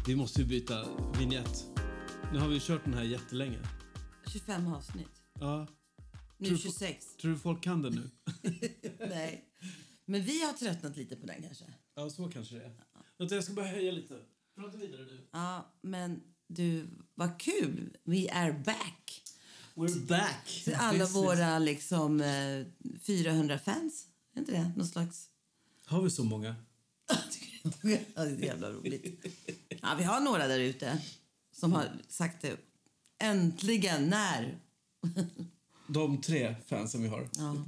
Vi måste ju byta vignett. Nu har vi kört den här jättelänge. 25 avsnitt. Ja. Nu 26. Tror du folk kan det nu? Nej. Men vi har tröttnat lite på den kanske. Ja, så kanske det är. Jag ska bara höja lite. Prata vidare du. Ja, men du, vad kul. We are back. We're back. Till alla våra liksom 400 fans. Är inte det? Någon slags... Har vi så många? Ja, det är jävla roligt. Ja, vi har några där ute som har sagt det. Äntligen, när? De 3 fansen vi har. Ja,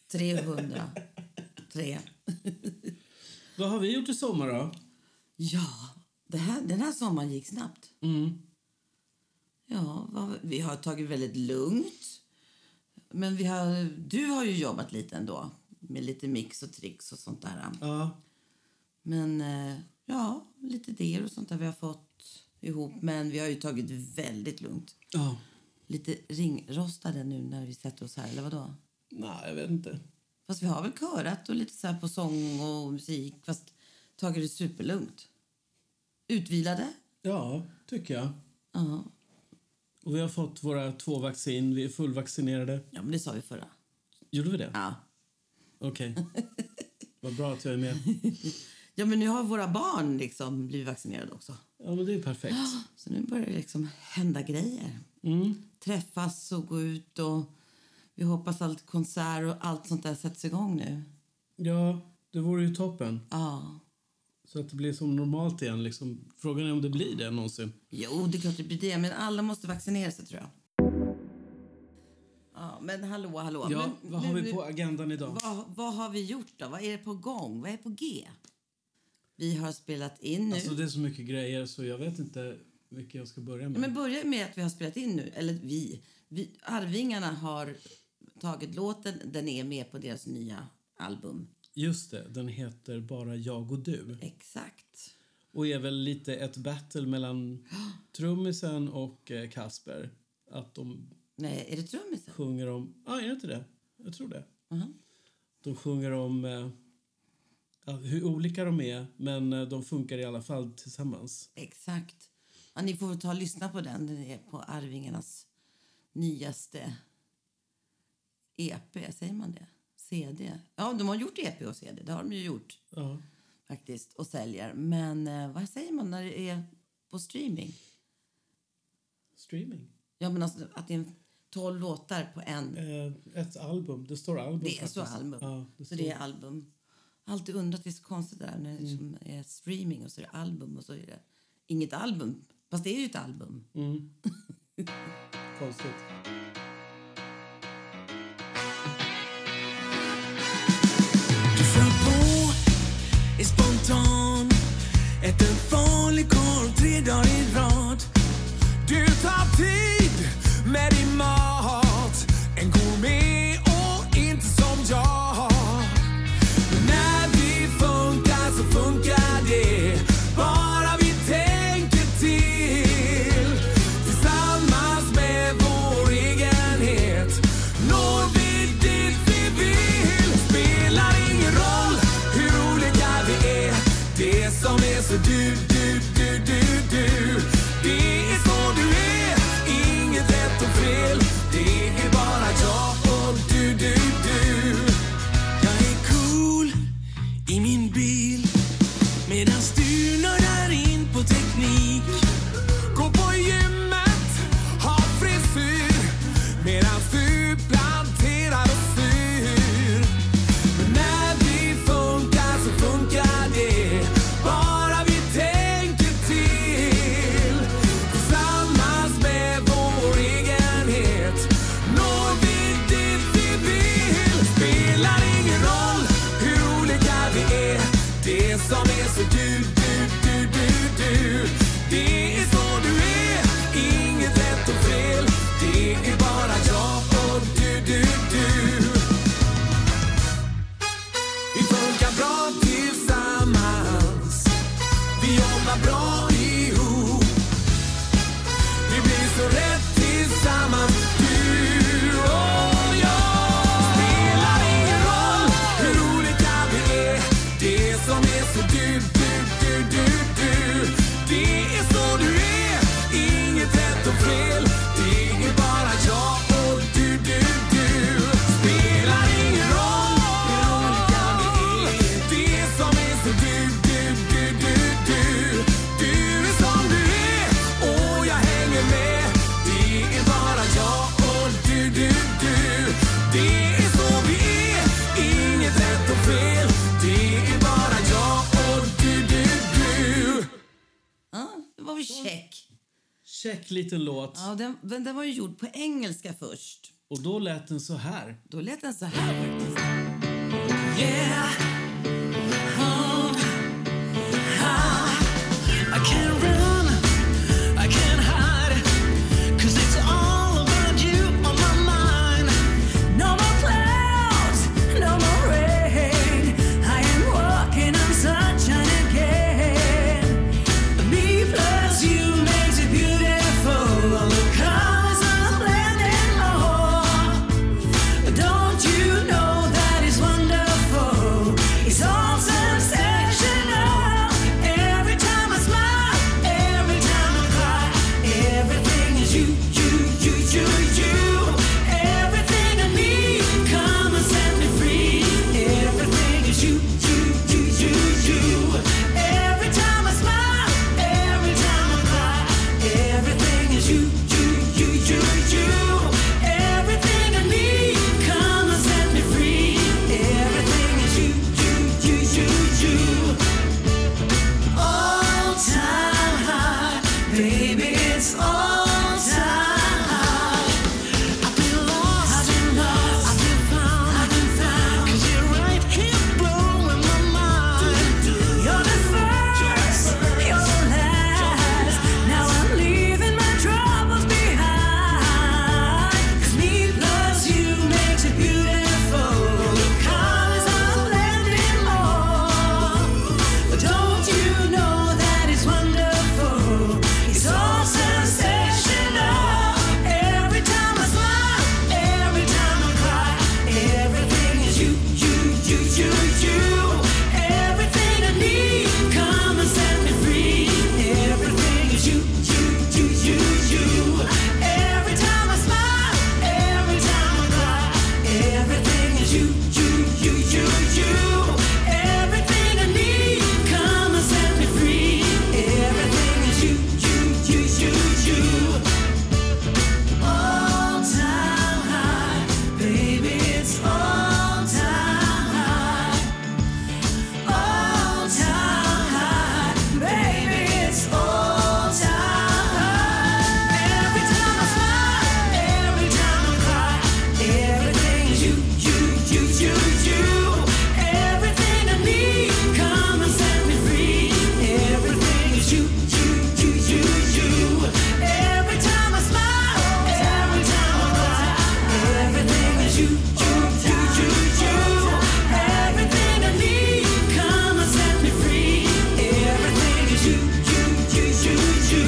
303. Vad har vi gjort i sommar då? Ja, den här sommaren gick snabbt. Mm. Ja, vi har tagit väldigt lugnt. Men du har ju jobbat lite ändå. Med lite mix och tricks och sånt där. Ja. Men ja, lite idéer och sånt där vi har fått ihop. Men vi har ju tagit väldigt lugnt. Ja. Lite ringrostade nu när vi sätter oss här, eller vadå? Nej, jag vet inte. Fast vi har väl körat och lite så här på sång och musik. Fast tagit det superlugnt. Utvilade? Ja, tycker jag. Ja. Och vi har fått våra 2 vaccin. Vi är fullvaccinerade. Ja, men det sa vi förra. Gjorde vi det? Ja. Okej. Vad bra att jag är med. Ja, men nu har våra barn liksom blivit vaccinerade också. Ja, men det är perfekt. Så nu börjar det liksom hända grejer. Mm. Träffas och gå ut och vi hoppas att konsert och allt sånt där sätts igång nu. Ja, det vore ju toppen. Ja. Så att det blir som normalt igen. Liksom. Frågan är om det blir det någonsin. Jo, det är klart det blir det. Men alla måste vaccinera sig, tror jag. Ja, men hallå. Ja, men, vad har vi på agendan idag? Vad har vi gjort då? Vad är det på gång? Vad är på G? Vi har spelat in nu. Alltså det är så mycket grejer så jag vet inte vilket jag ska börja med. Ja, men börja med att vi har spelat in nu. Eller vi Arvingarna har tagit låten. Den är med på deras nya album. Just det, den heter Bara jag och du. Exakt. Och är väl lite ett battle mellan trummisen och Kasper. Att de Nej, är det trummisen? sjunger om... Ja, är det inte det? Jag tror det. Uh-huh. De sjunger om hur olika de är, men de funkar i alla fall tillsammans. Exakt. Ja, ni får ta och lyssna på den. Den är på Arvingarnas nyaste EP, säger man det? CD. Ja, de har gjort EP och CD. Det har de ju gjort. Ja. Faktiskt. Och säljer. Men vad säger man när det är på streaming? Streaming? Ja, men alltså att det är 12 låtar på en. Ett album. Det står album. Det är faktiskt. så album. Ja, så det är album. Alltid undrat, det är så konstigt där när det liksom är streaming och så är det album och så är det inget album. Fast det är ju ett album. Mm. Konstigt. Du för på är spontan. Ett en vanlig korv 3 dagar i rad. Du tar tid med din mat. En gourmet och inte som jag. Men när vi funkar så funkar det. Bara vi tänker till. Tillsammans med vår egen Check liten låt. Ja, den var ju gjord på engelska först. Och då lät den så här. Då lät den så här faktiskt. Yeah. Oh. I can't run, I can't hide, 'cause it's all about you on my mind. No more clouds, no more rain. I am walking on sunshine again. Me plus you makes it beautiful. All the colors are blending more. Don't you know that is wonderful? It's all sensational. Every time I smile, every time I cry, everything is you, you, you, you, you. Everything I need, come and set me free. Everything is you, you, you, you, you. Every time I smile, every time I cry, everything is you, you, you, you, you. Everything I need, come and set me free. Everything is you, you, you, you, you. All time high, baby, it's all time high. I've been lost, I've been found, 'cause you're right here blowing my mind. You're the first, you're the last. Now I'm leaving my troubles behind. 'Cause me plus you makes it beautiful. The colors are blending more. But don't you know that it's wonderful? It's all sensational. Every time I smile, every time I cry, everything is you, you, you, you, you. Everything I need, come and set me free. Everything is you, you, you, you, you. Every time I smile, every time I cry, everything is you, you, you, you, you. Everything I need, come and set me free. Everything is you, you, you, you, you. All time high, baby, it's all time high. All time high, baby, it's all time high. Every time I smile, every time I cry, everything is you, you, you, you, you. Everything I need, come and set me free. Everything is you, you, you, you, you. Every time I smile, every time I cry, everything is you, you, you, you, you. Everything I need, come and set me free. Everything is you, you, you, you, you.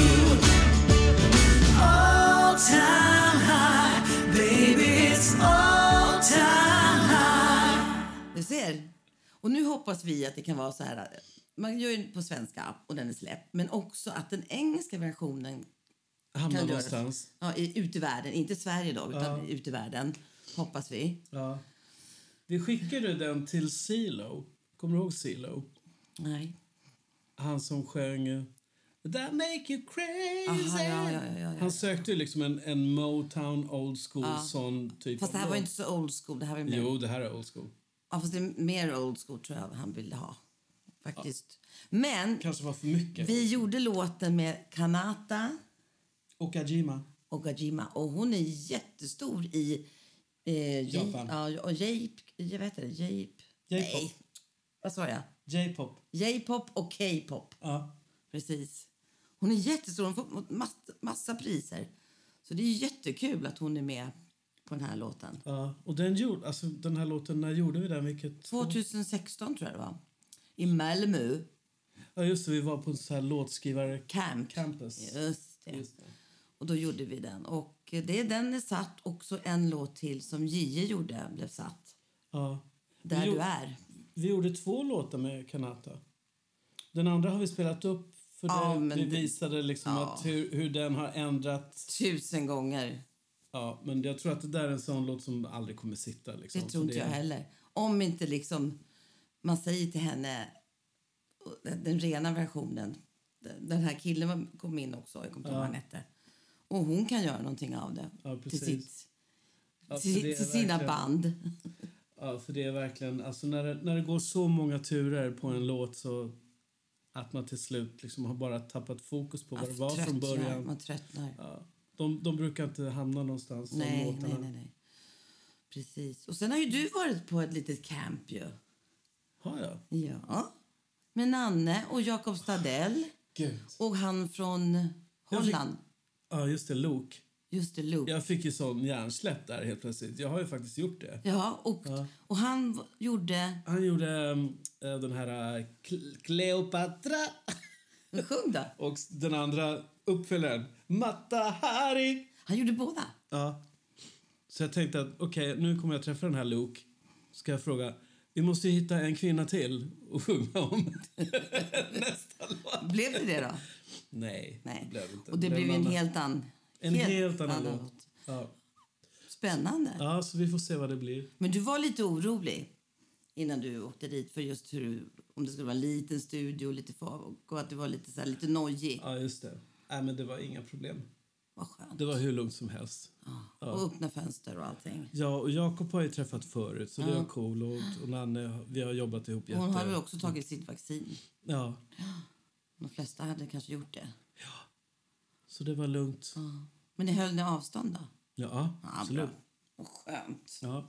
All time high, baby, it's all time high. Du ser. Och nu hoppas vi att det kan vara så här. Man gör ju på svenska och den är släppt. Men också att den engelska versionen Hamnar kan göras. någonstans. Ja, ut i världen. Inte Sverige då, utan ut i världen. Hoppas vi. Ja. Vi skickade den till CeeLo. Kommer du ihåg CeeLo? Nej. Han som sjöng That make you crazy. Aha, ja. Han sökte ju liksom en Motown old school sån typ. Fast det här var inte så old school. Det här var mer... Jo, det här är old school. Ja, fast det är mer old school tror jag han ville ha. Faktiskt. Men Kanske var för mycket. vi gjorde låten med Kanata Och Ajima. och Gajima. Och hon är jättestor i... Japan. Och jag vet inte, J-pop. Nej, vad sa jag? J-pop. J-pop och K-pop. Ja. Precis. Hon är jättestor. Hon får massa priser. Så det är jättekul att hon är med på den här låten. Ja. Och den här låten, när gjorde vi den? 2016 tror jag det var. I Malmö. Ja, just det. Vi var på en sån här låtskrivar-campus. Just det. Och då gjorde vi den. Och den är satt. Också en låt till som J.J. gjorde blev satt. Ja. Där du är. Vi gjorde 2 låtar med Kanata. Den andra har vi spelat upp för vi visade liksom att hur den har ändrat 1000 gånger. Ja, men jag tror att det där är en sån låt som aldrig kommer sitta liksom. Det tror inte jag heller. Om inte liksom man säger till henne den rena versionen. Den här killen kom in också, jag kommer inte ihåg vad han hette. Och hon kan göra någonting av det. Ja, till till sina band. Ja, för det är verkligen... Alltså när det går så många turer på en låt så att man till slut liksom har bara tappat fokus på vad det var från början. Man tröttnar. Ja. De brukar inte hamna någonstans. Nej. Precis. Och sen har ju du varit på ett litet camp ju. Har jag? Ja. Med Nanne och Jakob Stadell. Gud. Och han från Holland. Ja, just det. Luke. Just det, Luke. Jag fick ju sån hjärnsläpp där helt plötsligt. Jag har ju faktiskt gjort det. Ja, och han gjorde... Han gjorde den här Cleopatra. Sjung då. Och den andra uppföljaren, Mata Hari. Han gjorde båda. Ja. Så jag tänkte att okej, nu kommer jag träffa den här Luke. Ska jag fråga, vi måste ju hitta en kvinna till och sjunga om nästa låt. Blev det då? Nej. Nej. Det blev inte. Och det blev en helt annan... En helt annan låt. Ja. Spännande. Ja, så vi får se vad det blir. Men du var lite orolig innan du åkte dit för just om det skulle vara en liten studio lite folk och att det var lite så här, lite nojig. Ja, just det. Nej, men det var inga problem. Vad skönt. Det var hur lugnt som helst. Ja. Och öppna fönster och allting. Ja, och Jakob har ju träffat förut så det var cool. Och Nanne, vi har jobbat ihop Hon har väl också tagit sitt vaccin. Ja. De flesta hade kanske gjort det. Ja. Så det var lugnt. Ja. Men ni höll ni avstånd då? Ja, absolut. Bra. Och skönt. Ja.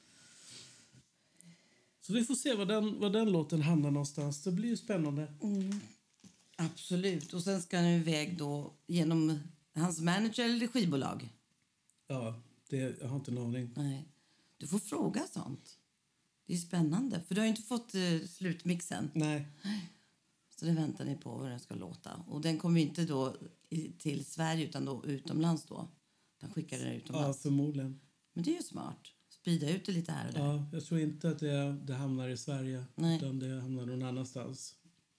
Så vi får se var den låten hamnar någonstans. Det blir ju spännande. Absolut. Och sen ska ni iväg då genom hans manager eller skivbolag? Ja, jag har inte en aning. Nej. Du får fråga sånt. Det är spännande. För du har ju inte fått slutmixen. Nej. Så det väntar ni på hur den ska låta. Och den kommer inte då till Sverige utan då utomlands då. Den skickar den utomlands. Ja, förmodligen. Men det är ju smart. Sprida ut det lite här och där. Ja, jag tror inte att det hamnar i Sverige. Nej. Utan det hamnar någon annanstans.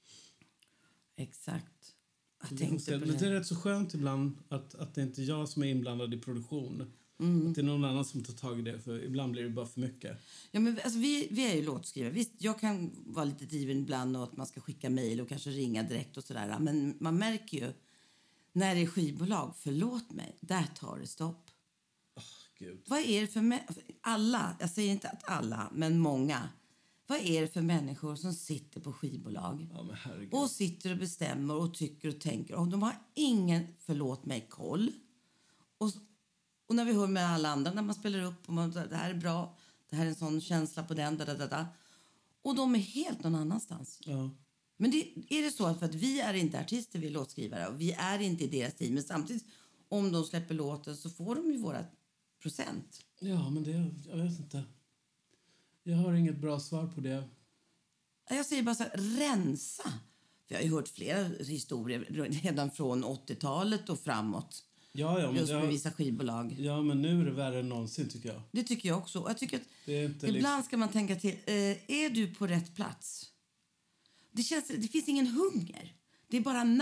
Exakt. Jag Men tänkte på det är rätt så skönt ibland att det inte är jag som är inblandad i produktion. Att det är någon annan som tar tag i det. För ibland blir det bara för mycket. Ja, men alltså, vi är ju låtskrivare. Visst, jag kan vara lite driven ibland och att man ska skicka mejl och kanske ringa direkt och sådär. Men man märker ju när det är skivbolag, förlåt mig, där tar det stopp. Gud. Vad är det för alla, jag säger inte att alla, men många. Vad är det för människor som sitter på skivbolag? Ja, men herregud. Och sitter och bestämmer och tycker och tänker. Och de har ingen, förlåt mig, koll. Och när vi hör med alla andra när man spelar upp och man, det här är bra, det här är en sån känsla på den, och de är helt någon annanstans. Ja. Men är det så att för att vi är inte artister, vi är låtskrivare och vi är inte i deras team, men samtidigt om de släpper låten så får de ju våra procent. Ja, men jag vet inte. Jag har inget bra svar på det. Jag säger bara så här, rensa. För jag har ju hört flera historier redan från 80-talet och framåt. Ja, men just med vissa skivbolag. Ja, men nu är det värre än någonsin tycker jag. Det tycker jag också. Jag tycker att det är inte ibland ska man tänka till, är du på rätt plats? Det finns ingen hunger. Det är bara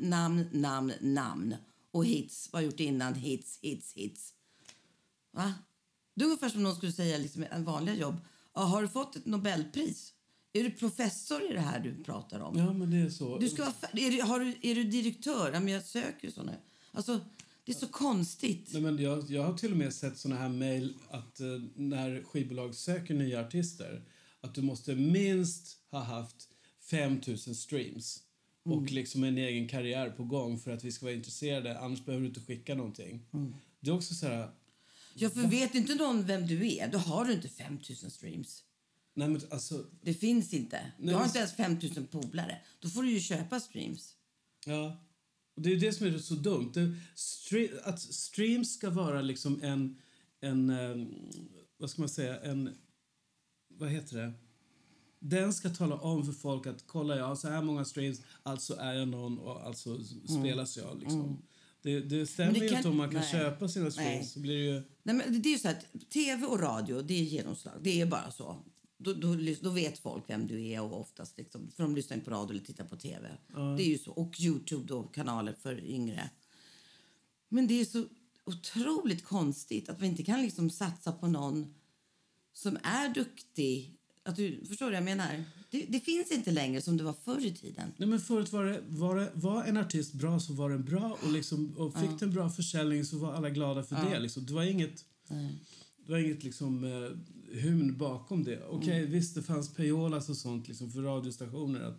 namn. Och hits. Vad har gjort innan? Hits. Va? Det är ungefär som någon skulle säga liksom, en vanliga jobb. Har du fått ett Nobelpris? Är du professor i det här du pratar om? Ja, men det är så. Du ska är du direktör? Ja, men jag söker såna. Alltså, det är så konstigt. Nej, men jag har till och med sett såna här mejl att när skivbolag söker nya artister att du måste minst ha haft 5000 streams och liksom en egen karriär på gång för att vi ska vara intresserade. Annars behöver du inte skicka någonting. Det är också så här... Ja, för vet inte någon vem du är, då har du inte 5000 streams. Nej, men alltså... Det finns inte. Du har inte ens 5000 polare. Då får du ju köpa streams. Ja. Och det är det som är så dumt. Att streams ska vara liksom en vad ska man säga, vad heter det? Den ska tala om för folk att kolla, jag har så här många streams, alltså är jag någon och alltså spelas jag liksom. Det stämmer ju inte om man kan köpa sina streams. Så blir det ju... Nej, men det är ju så att tv och radio, det är genomslag. Det är bara så. Då vet folk vem du är och oftast liksom, för de lyssnar på radio eller tittar på tv. Det är ju så. Och YouTube då, kanaler för yngre. Men det är så otroligt konstigt att vi inte kan liksom satsa på någon som är duktig. Att du förstår vad jag menar? Det finns inte längre som det var förr i tiden. Nej, men förut var en artist bra så var den bra och, liksom, och fick den bra försäljning så var alla glada för det. Liksom. Det var inget liksom, humn bakom det. Okej, visst det fanns payolas och sånt liksom, för radiostationer. Att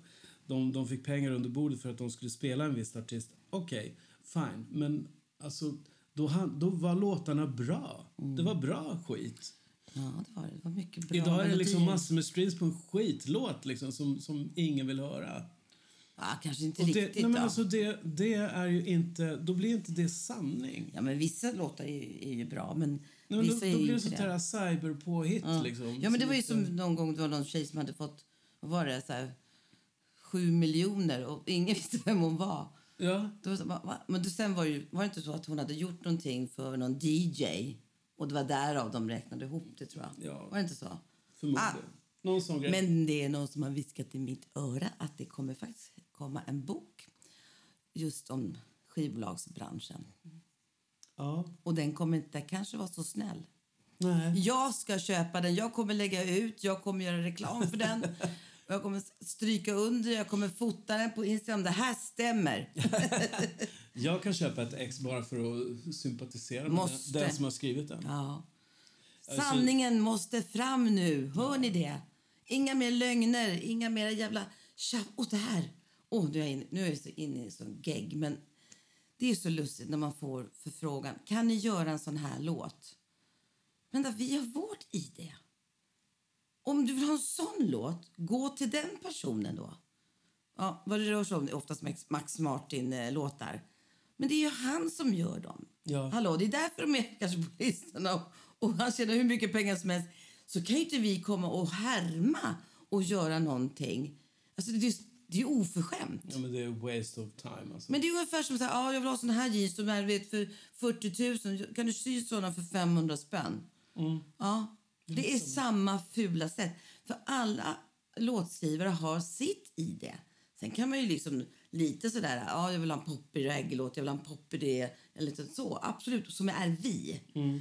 de fick pengar under bordet för att de skulle spela en viss artist. Okej, fine. Men alltså, då var låtarna bra. Det var bra skit. Ja, det var mycket bra. Idag är det liksom massor med streams på en skitlåt liksom, som ingen vill höra. Ja, kanske inte Och riktigt. nej, men alltså det är ju inte... Då blir inte det sanning. Ja, men vissa låtar är ju bra, men Nej, men vissa då blir det inte sånt här cyberpåhitt liksom. Ja, men det var ju som någon gång det var någon tjej som hade fått, vad var det, så här, 7 miljoner och ingen visste vem hon var. Ja. Då var så, men sen var det inte så att hon hade gjort någonting för någon DJ och det var därav de räknade ihop det, tror jag. Ja. Var det inte så? Förmodligen. Någon sån grej. Men det är någon som har viskat i mitt öra att det kommer faktiskt komma en bok just om skivbolagsbranschen. Ja. Och den kommer inte kanske vara så snäll. Nej. Jag ska köpa den, jag kommer lägga ut, jag kommer göra reklam för den. Jag kommer stryka under, jag kommer fota den på Instagram. Det här stämmer. Jag kan köpa ett ex bara för att sympatisera med den som har skrivit den. Ja. Sanningen måste fram nu. Hör ni det? Inga mer lögner, inga mer jävla tjaff. Och det här. Nu är jag så inne i en sån gegg. Men det är så lustigt när man får förfrågan. Kan ni göra en sån här låt? Men där vi har vårt ID. Om du vill ha en sån låt, gå till den personen då. Ja, vad det rör sig om, det är oftast Max Martin-låtar. Men det är ju han som gör dem. Ja. Hallå, det är därför de är kanske på listorna. Och han tjänar hur mycket pengar som helst. Så kan ju inte vi komma och härma och göra någonting. Alltså det är ju oförskämt. Ja, men det är waste of time. Alltså. Men det är ungefär som att säga, jag vill ha såna här jeans som är för 40 000. Kan du sy såna för 500 spänn? Mm. Ja, det är samma fula sätt. För alla låtskrivare har sitt i det. Sen kan man ju liksom lite sådär, jag vill ha en poppig reggae-låt, jag vill ha en poppig det, eller lite så. Absolut, som är vi. Mm.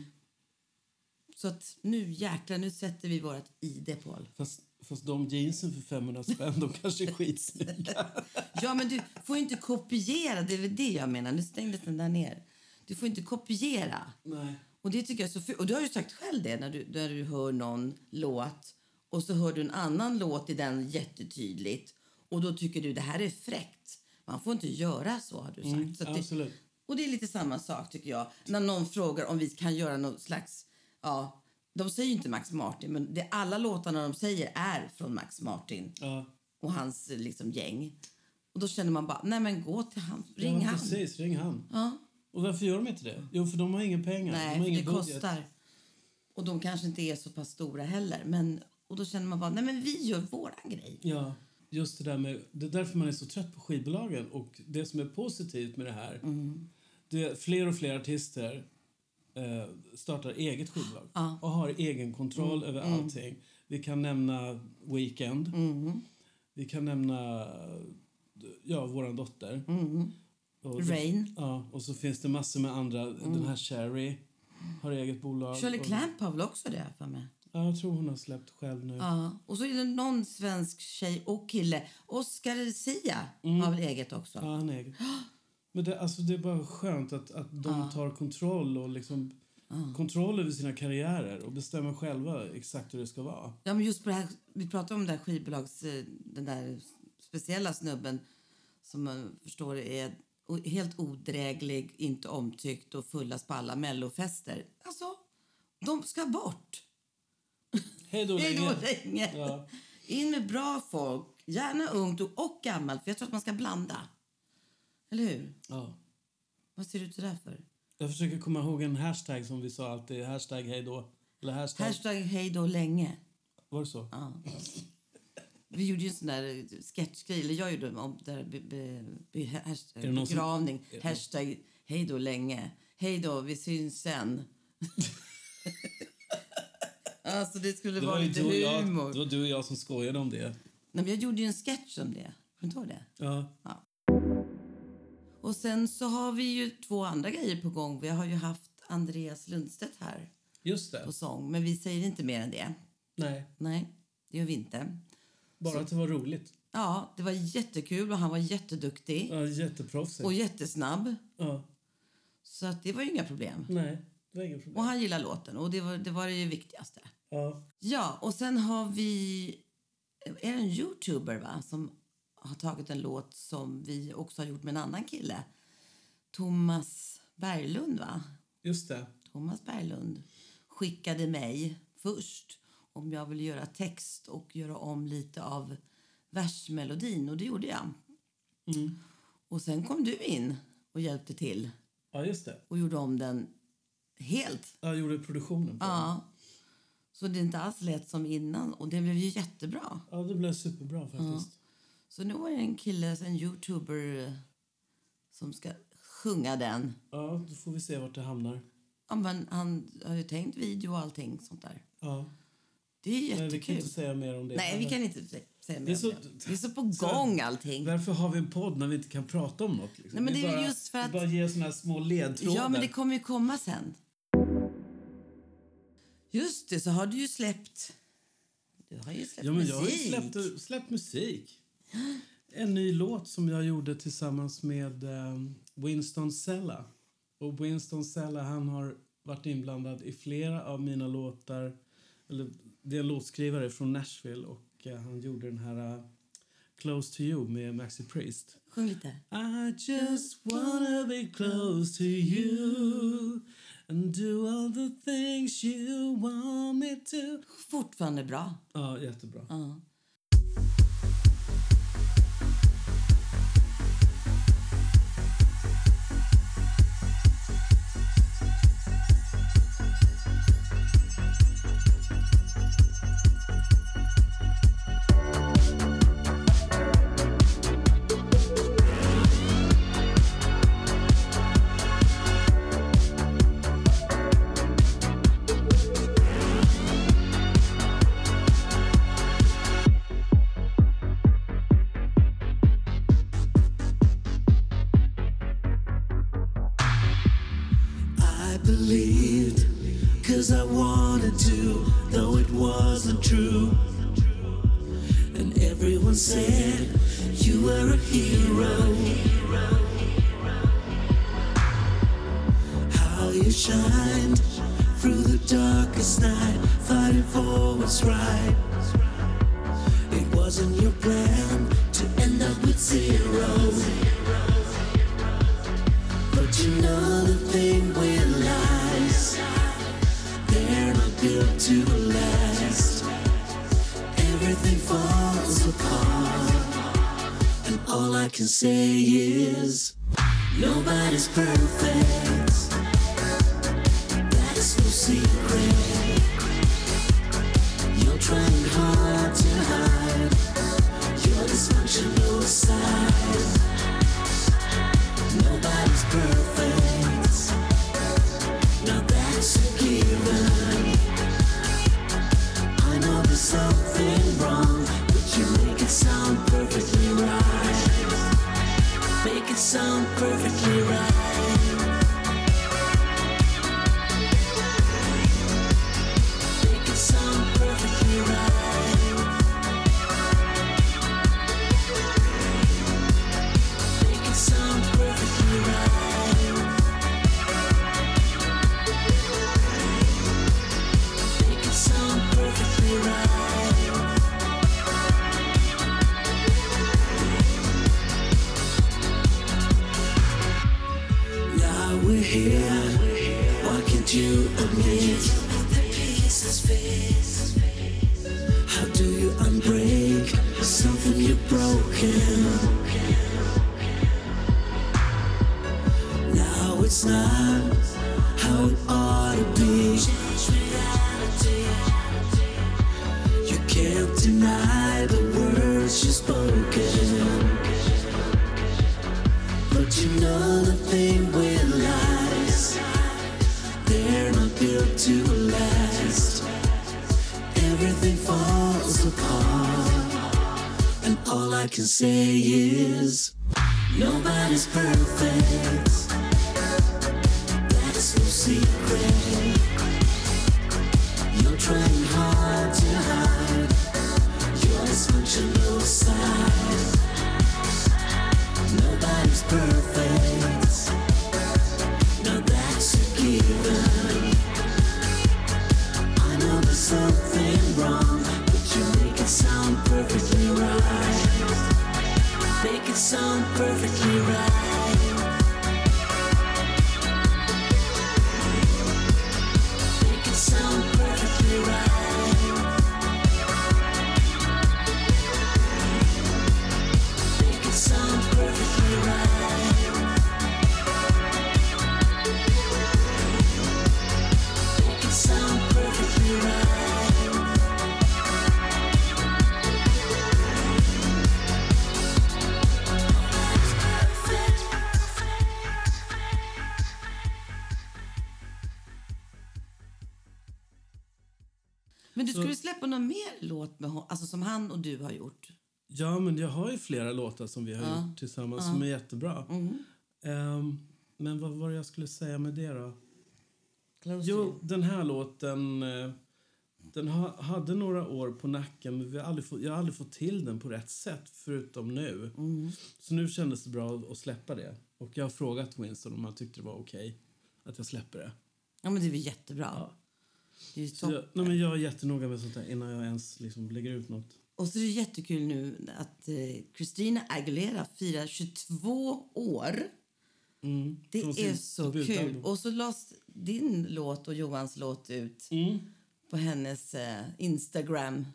Så att nu sätter vi vårt ID, Paul. Fast de jeansen för 500 spänn, de kanske är skitsnygga. Ja, men du får inte kopiera, det är väl det jag menar. Nu stängdes den där ner. Du får inte kopiera. Nej. Och det tycker jag är så fult. Och du har ju sagt själv det när du hör någon låt och så hör du en annan låt i den jättetydligt. Och då tycker du det här är fräckt. Man får inte göra så, har du sagt. Så att absolut. Och det är lite samma sak tycker jag. När någon frågar om vi kan göra något slags... Ja, de säger ju inte Max Martin, men alla låtarna de säger är från Max Martin. Ja. Och hans liksom, gäng. Och då känner man bara, nej men gå till han. Ring han. Precis, ring han. Ja. Och varför gör de inte det? Jo, för de har ingen pengar. Nej, de har ingen det budget. kostar. Och de kanske inte är så pass stora heller. Och då känner man bara, nej men vi gör våran grej. Ja, just det där med... Det är därför man är så trött på skivbolagen. Och det som är positivt med det här... Det är fler och fler artister startar eget skivbolag. Och har egen kontroll över allting. Vi kan nämna Weekend. Vi kan nämna våran dotter. Rain. Ja, och så finns det massor med andra. Den här Cherry har eget bolag. Shirley Clamp har väl också det för mig. Ja, jag tror hon har släppt själv nu. Ja, och så är det någon svensk tjej och kille. Oscar Sia har väl eget också. Ja, han är eget. Men det är bara skönt att de tar kontroll och liksom kontroll över sina karriärer och bestämmer själva exakt hur det ska vara. Ja, men just på det här, vi pratade om det här skivbolags, den där speciella snubben som man förstår är helt odräglig, inte omtyckt och fullast på alla mellofester. Alltså, de ska bort. Hej då länge. Ja. In med bra folk, gärna ungt och gammalt, för jag tror att man ska blanda. Eller hur? Ja. Vad ser du till det för? Jag försöker komma ihåg en hashtag som vi sa alltid. Hashtag hej då. Eller hashtag hej då länge. Var det så? Ja. Vi gjorde ju en sån där sketchgrej, eller jag gjorde om där begravning. Hashtag hej då länge. Hej då, vi syns sen. Alltså det skulle vara lite humor. Det var du och jag som skojade om det. Nej, men jag gjorde ju en sketch om det. Kommer du ihåg det? Ja. Och sen så har vi ju 2 andra grejer på gång. Vi har ju haft Andreas Lundstedt här. Just det. På sång. Men vi säger inte mer än det. Nej, det gör vi inte. Bara att det var roligt. Ja, det var jättekul och han var jätteduktig. Ja, jätteproffsig. Och jättesnabb. Ja. Så att det var ju inga problem. Nej, det var inga problem. Och han gillar låten och det var det viktigaste. Ja. Ja, och sen har vi... Är det en YouTuber va? Som har tagit en låt som vi också har gjort med en annan kille. Thomas Berglund, va? Just det. Thomas Berglund skickade mig först om jag ville göra text och göra om lite av versmelodin. Och det gjorde jag. Mm. Och sen kom du in och hjälpte till. Ja, just det. Och gjorde om den helt. Jag gjorde produktionen på den. Ja. Så det är inte alls lätt som innan. Och det blev ju jättebra. Ja, det blev superbra faktiskt. Ja. Så nu är det en kille, en YouTuber som ska sjunga den. Ja, då får vi se vart det hamnar. Ja, men han har ju tänkt video och allting sånt där. Ja. Det är jättekul. Men vi kan inte säga mer om det. Nej, vi kan inte säga mer så, om det. Det är så på gång allting. Varför har vi en podd när vi inte kan prata om något? Liksom? Nej, men vi det är bara, just för att... Vi bara ger såna här små ledtrådar. Ja, men det kommer ju komma sen. Just det, så har du ju släppt... Du har ju släppt musik. Jag har ju släppt musik. En ny låt som jag gjorde tillsammans med Winston Sella. Och Winston Sella, han har varit inblandad i flera av mina låtar. Eller, det är en låtskrivare från Nashville och han gjorde den här Close to You med Maxi Priest. Sjung lite. I just wanna be close to you and do all the things you want me to. Fortfarande bra. Ja, jättebra. Ja. Believed, 'cause I wanted to, though it wasn't true. And everyone said you were a hero. How you shined through the darkest night, fighting for what's right. It wasn't your plan to end up with zero. But you know the thing with lies, they're not built to last. Everything falls apart, and all I can say is nobody's perfect. That's no secret. You're trying hard to hide your dysfunctional side. Nobody's perfect. Now that's a given. I know there's something wrong, but you make it sound perfectly right. Make it sound perfectly right. Make it sound perfectly right. Make it sound perfectly right. Make it sound perfectly right. Now we're here. Why can't you admit the pieces fit? How do you unbreak something you've broken? Now it's not how it ought to be. You can't deny the words you've spoken. But you know the thing with lies, they're not built to last. Everything falls apart, and all I can say is nobody's perfect. That's no secret. You're trying hard to hide your dysfunctional side. Nobody's perfect. Now that's a given. I know there's something wrong, but you make it sound perfectly right. perfectly right. Make it sound perfectly right. Make it sound perfectly right. Make it sound perfectly right. Men du skulle släppa någon mer låt med alltså som han och du har gjort? Ja, men jag har ju flera låtar som vi har gjort tillsammans som är jättebra. Men vad var det jag skulle säga med det då? Jo, den här låten den hade några år på nacken, men jag har aldrig fått till den på rätt sätt förutom nu. Så nu kändes det bra att släppa det. Och jag har frågat Winston om han tyckte det var okej att jag släpper det. Ja, men det är väl jättebra. Ja. Det är Så jag är jättenoga med sånt här innan jag ens liksom lägger ut något. Och så är det jättekul nu att Christina Aguilera firar 22 år. Det är så kul. Och så lades din låt och Johans låt ut på hennes Instagram.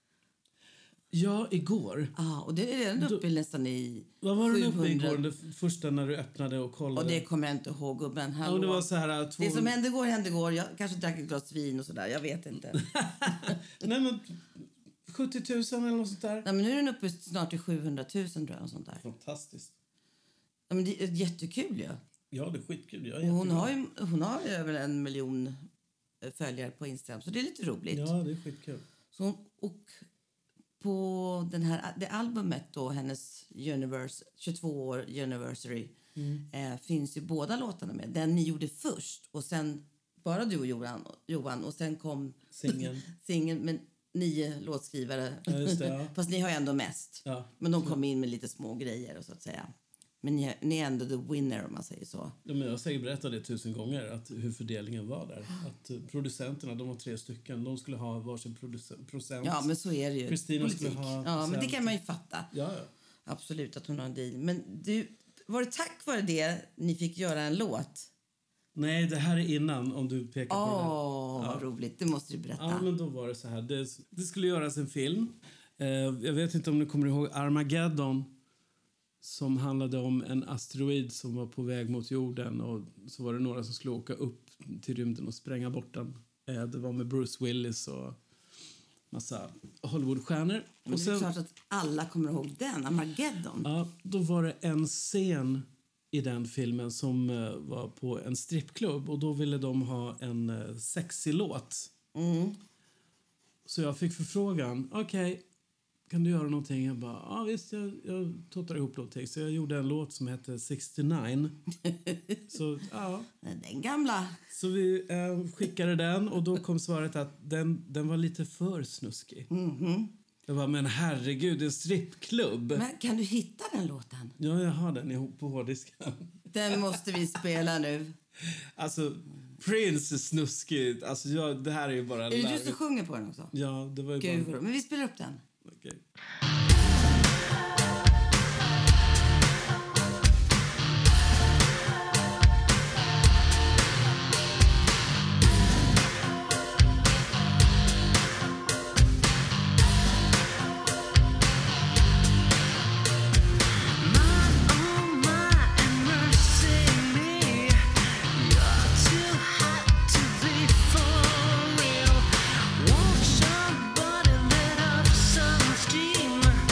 Ja, igår. Och det är redan uppe nästan i vad var 700. det uppe igår, det första när du öppnade och kollade? Och det kommer jag inte ihåg, gubben. Ja, det var så här, det som hände går. Jag kanske drack ett glas vin och sådär. Jag vet inte. Nej, men 70 000 eller något sånt där. Nej, men nu är den uppe snart till 700 000 tror jag. Och sånt där. Fantastiskt. Ja, men det är jättekul ju. Ja, det är skitkul. Hon har ju över 1 miljon följare på Instagram. Så det är lite roligt. Ja, det är skitkul. Så, och på det albumet då, hennes 22 år anniversary, finns ju båda låtarna med. Den ni gjorde först och sen bara du och Johan och sen kom singeln med 9 låtskrivare. Ja, just det, ja. Fast ni har ju ändå mest. Ja. Men de kom in med lite små grejer och så att säga. Men ni är ändå the winner om man säger så. Ja, men jag har säkert berättat det 1000 gånger hur fördelningen var där. Att producenterna, de var 3 stycken. De skulle ha varsin procent. Ja, men så är det ju. Christina skulle ha procent. Men det kan man ju fatta. Ja. Absolut att hon har en deal. Men var det tack vare det ni fick göra en låt? Nej, det här är innan, om du pekar på det. Vad roligt. Det måste du berätta. Ja, men då var det så här. Det skulle göras en film. Jag vet inte om du kommer ihåg Armageddon. Som handlade om en asteroid som var på väg mot jorden. Och så var det några som skulle åka upp till rymden och spränga bort den. Det var med Bruce Willis och massa Hollywoodstjärnor. Men och det är klart att alla kommer ihåg den, Armageddon. Ja, då var det en scen i den filmen som var på en strippklubb. Och då ville de ha en sexig låt. Så jag fick förfrågan. Okej. Kan du göra någonting? Jag bara, visst, jag tottar ihop någonting. Så jag gjorde en låt som hette 69. Så, ja. Den gamla. Så vi skickade den och då kom svaret att den var lite för snuskig. Jag bara, men herregud, en strippklubb. Men kan du hitta den låten? Ja, jag har den ihop på hårddisken. Den måste vi spela nu. Alltså, Prince är snuskigt. Alltså, det här är ju bara... Är det du som sjunger på den också? Ja, det var ju Gud, bara... men vi spelar upp den. Okej. Won't somebody let up some steam?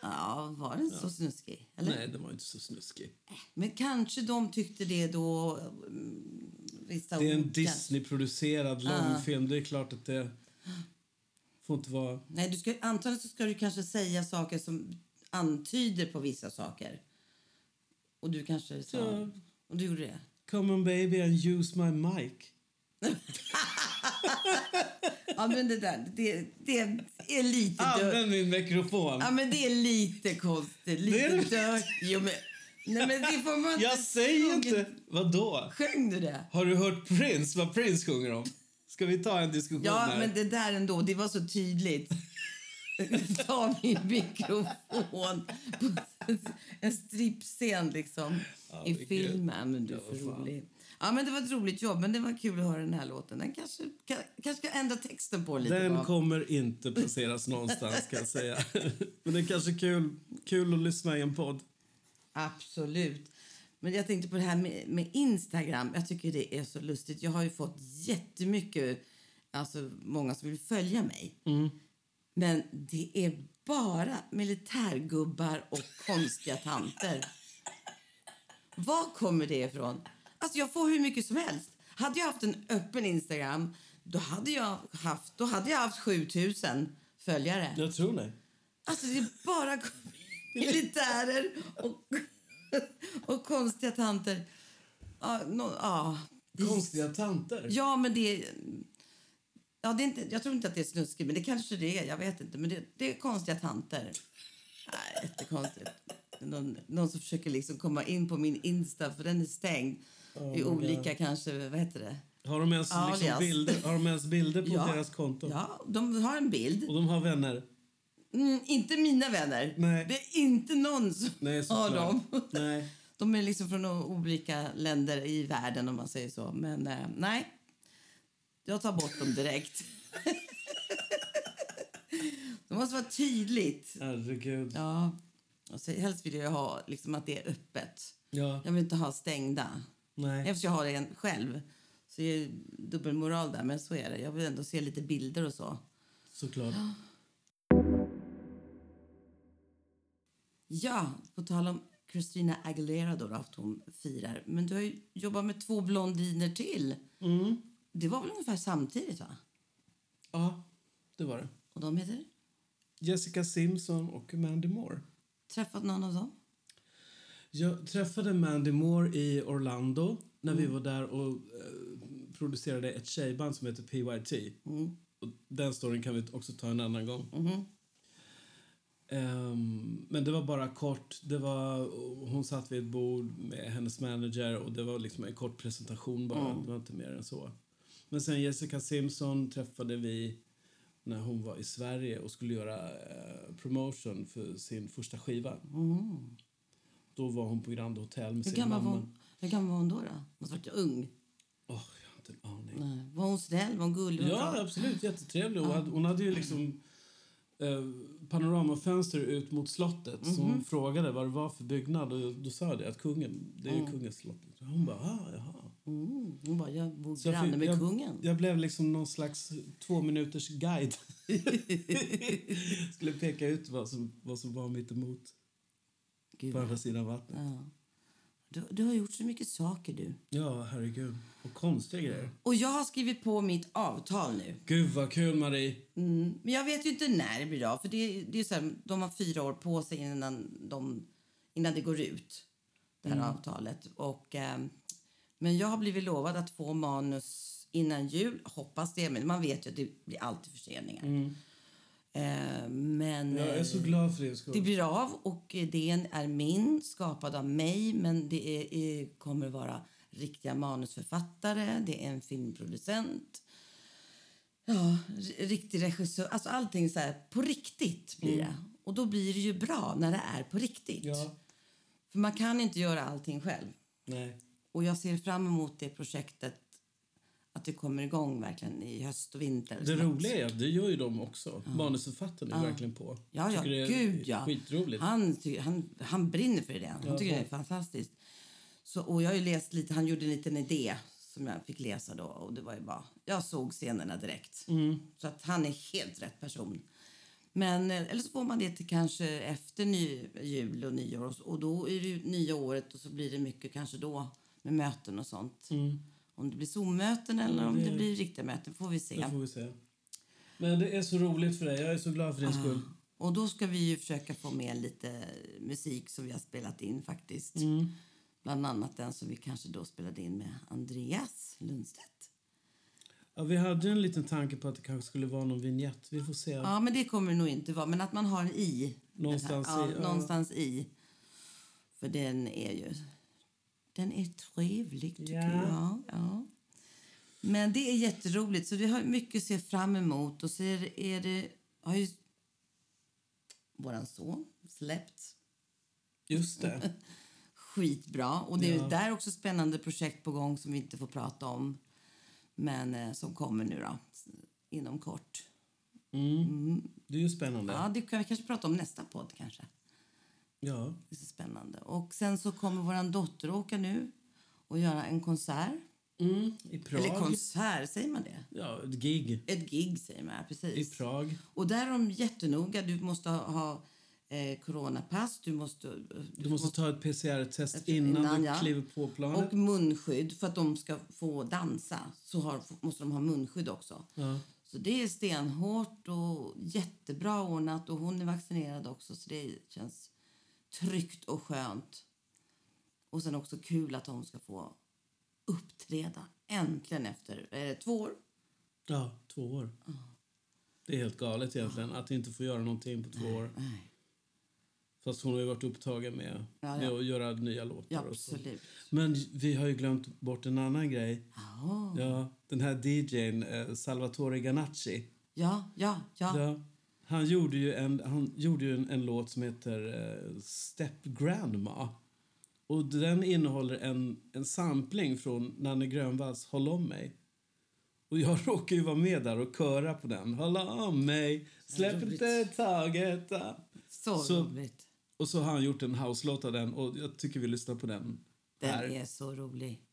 Ja, var den så snuskig? Eller? Nej, den var inte så snuskig. Men kanske de tyckte det då... Vissa Det är en ord, Disney-producerad långfilm. Det är klart att det får inte vara... Nej, antagligen så ska du kanske säga saker som antyder på vissa saker. Och du kanske sa... Ja. Och du gjorde det. Come on baby and use my mic. Ja, men det är lite... Använd min mikrofon. Ja, men det är lite konstigt. Lite dört. Jo, men... Nej, men det får man Jag säger inte... Vadå? Sjöng du det? Har du hört Prince? Vad Prince sjunger om? Ska vi ta en diskussion Ja, här? men det där ändå, det var så tydligt. Ta min mikrofon på en strippscen liksom i filmen. Men du är för rolig. Ja, men det var ett roligt jobb, men det var kul att höra den här låten. Den kanske ska ändra texten på lite. Den kommer inte placeras någonstans, kan jag säga. Men det är kanske kul att lyssna i en podd. Absolut. Men jag tänkte på det här med Instagram. Jag tycker det är så lustigt. Jag har ju fått jättemycket, alltså många som vill följa mig. Men det är bara militärgubbar och konstiga tanter. Var kommer det ifrån? Alltså jag får hur mycket som helst. Hade jag haft en öppen Instagram, då hade jag haft 7000 följare. Jag tror det. Alltså det är bara militärer och konstiga tanter. Konstiga tanter? Ja, men det är inte, jag tror inte att det är snuskigt, men det kanske det är. Jag vet inte, men det är konstiga tanter. Nej, jättekonstigt. Någon som försöker liksom komma in på min Insta, för den är stängd. I olika kanske, vad heter det? Har de ens, liksom bilder på deras konto? Ja, de har en bild. Och de har vänner? Inte mina vänner. Nej. Det är inte någon som har dem. Nej. De är liksom från olika länder i världen, om man säger så. Men nej, jag tar bort dem direkt. Det måste vara tydligt. Herregud. Ja. Och så, helst vill jag ha liksom, att det är öppet. Ja. Jag vill inte ha stängda. Nej. Eftersom jag har det själv. Så är det dubbelmoral där, men så är det. Jag vill ändå se lite bilder och så. Såklart. Ja, på tal om Christina Aguilera då, att hon firar. Men du har ju jobbat med 2 blondiner till. Det var väl ungefär samtidigt, va? Ja, det var det. Och de heter? Jessica Simpson och Mandy Moore. Träffat någon av dem? Jag träffade Mandy Moore i Orlando när vi var där och producerade ett tjejband som heter PYT. Och den storyn kan vi också ta en annan gång. Men det var bara kort. Hon satt vid ett bord med hennes manager och det var liksom en kort presentation bara. Det var inte mer än så. Men sen Jessica Simpson träffade vi när hon var i Sverige och skulle göra promotion för sin första skiva. Då var hon på Grand Hotel med sin mamma. Hur gammal var hon då? Hon var ung. Jag har inte en aning. Nej. Var hon snäll? Var hon gullig? Ja, absolut. Jättetrevlig. Hon hade ju liksom panoramafönster ut mot slottet. Så hon frågade vad det var för byggnad. Och då sa jag det, att det är kungens slott. Hon bara, jaha. Hon bara, jag bor granne med kungen. Jag blev liksom någon slags 2 minuters guide. Skulle peka ut vad som var mitt emot. Gud. På andra sidan vattnet. Ja. Du har gjort så mycket saker, du. Ja, herregud. Och konstiga grejer. Och jag har skrivit på mitt avtal nu. Gud, vad kul, Marie. Men jag vet ju inte när det blir av. För det är så här, de har 4 år på sig innan det går ut, det här avtalet. Och, men jag har blivit lovad att få manus innan jul. Hoppas det, men man vet ju att det blir alltid förseningar. Men Jag är så glad för det. Det blir av, och idén är min, skapad av mig. Men det kommer att vara riktiga manusförfattare. Det är en filmproducent. Ja, riktig regissör. Alltså allting så här, på riktigt blir det. Och då blir det ju bra när det är på riktigt. Ja. För man kan inte göra allting själv. Nej. Och jag ser fram emot det projektet, att det kommer igång verkligen i höst och vinter. Det roliga är att det gör ju de också. Manusförfattaren är verkligen på. Ja, det är gud ja. Skitroligt. Han brinner för det. Han tycker det är fantastiskt. Så, och jag har ju läst lite, han gjorde en liten idé som jag fick läsa då. Och det var ju bara, jag såg scenerna direkt. Så att han är helt rätt person. Men, eller så får man det till kanske efter jul och nyår. Och då är det ju nya året och så blir det mycket kanske då med möten och sånt. Om det blir Zoom-möten eller om det blir riktiga möten får vi se. Det får vi se. Men det är så roligt för dig. Jag är så glad för din skull. Och då ska vi ju försöka få med lite musik som vi har spelat in faktiskt. Bland annat den som vi kanske då spelade in med Andreas Lundstedt. Ja, vi hade en liten tanke på att det kanske skulle vara någon vignett. Vi får se. Ja, men det kommer det nog inte vara. Men att man har en i. Någonstans i. För den är trevlig tycker jag. Ja. Men det är jätteroligt. Så vi har mycket att se fram emot. Och så har ju våran son släppt. Just det. Skitbra. Och det är där också spännande projekt på gång som vi inte får prata om. Men som kommer nu då. Inom kort. Det är ju spännande. Ja, det kan vi kanske prata om nästa podd kanske. Ja. Det är så spännande. Och sen så kommer våran dotter åka nu och göra en konsert. I Prag. Eller konsert, säger man det? Ja, ett gig. Ett gig säger man, precis. I Prag. Och där är de jättenoga. Du måste ha coronapass. Du måste ta ett PCR-test innan du kliver på planet. Och munskydd för att de ska få dansa. Så måste de ha munskydd också. Ja. Så det är stenhårt och jättebra ordnat. Och hon är vaccinerad också. Så det känns tryggt och skönt. Och sen också kul att hon ska få uppträda äntligen efter 2 år. Ja, 2 år. Det är helt galet egentligen att inte få göra någonting på 2 år. Nej. Fast hon har ju varit upptagen med att göra nya låtar. Ja, och så. absolut. Men vi har ju glömt bort en annan grej. Ja, den här DJ:n Salvatore Ganacci. Ja. Han gjorde ju en låt som heter Step Grandma. Och den innehåller en sampling från Nanne Grönvalls Håll om mig. Och jag råkar ju vara med där och köra på den. Håll om mig, släpp inte taget. Så roligt. Och så har han gjort en house-låt av den och jag tycker vi lyssnar på den. Den är så rolig.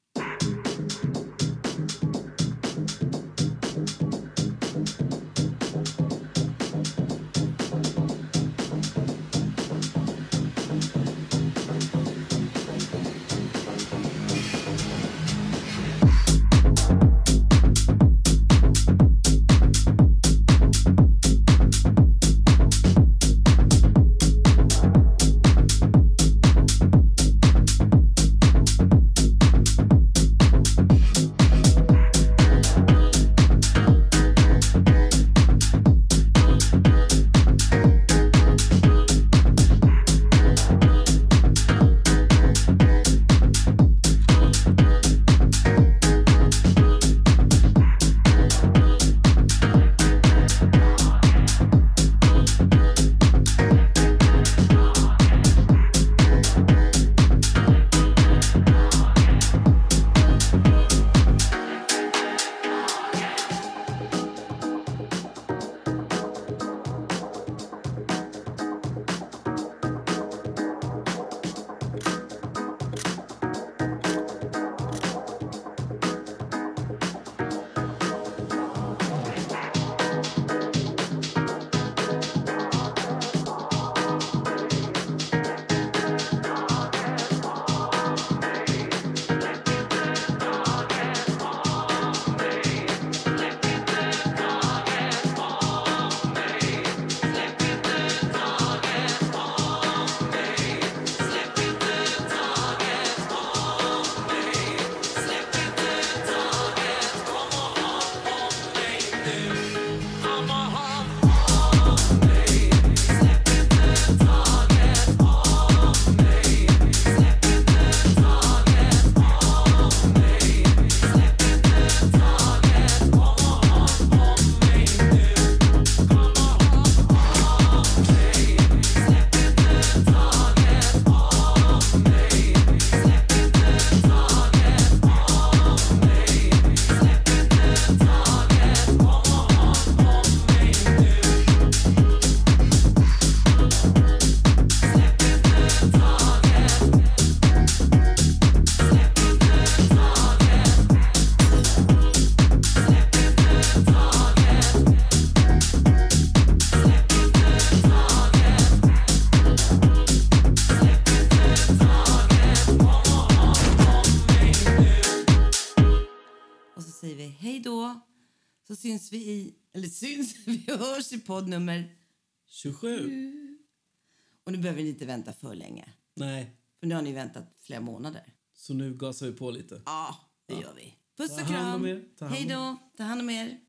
syns vi hörs i podd nummer 27. Och nu behöver ni inte vänta för länge. Nej. För nu har ni väntat flera månader. Så nu gasar vi på lite. Ja, det gör vi. Puss Ta och hand om kram. er. Ta hand om Hej då. Ta hand om er.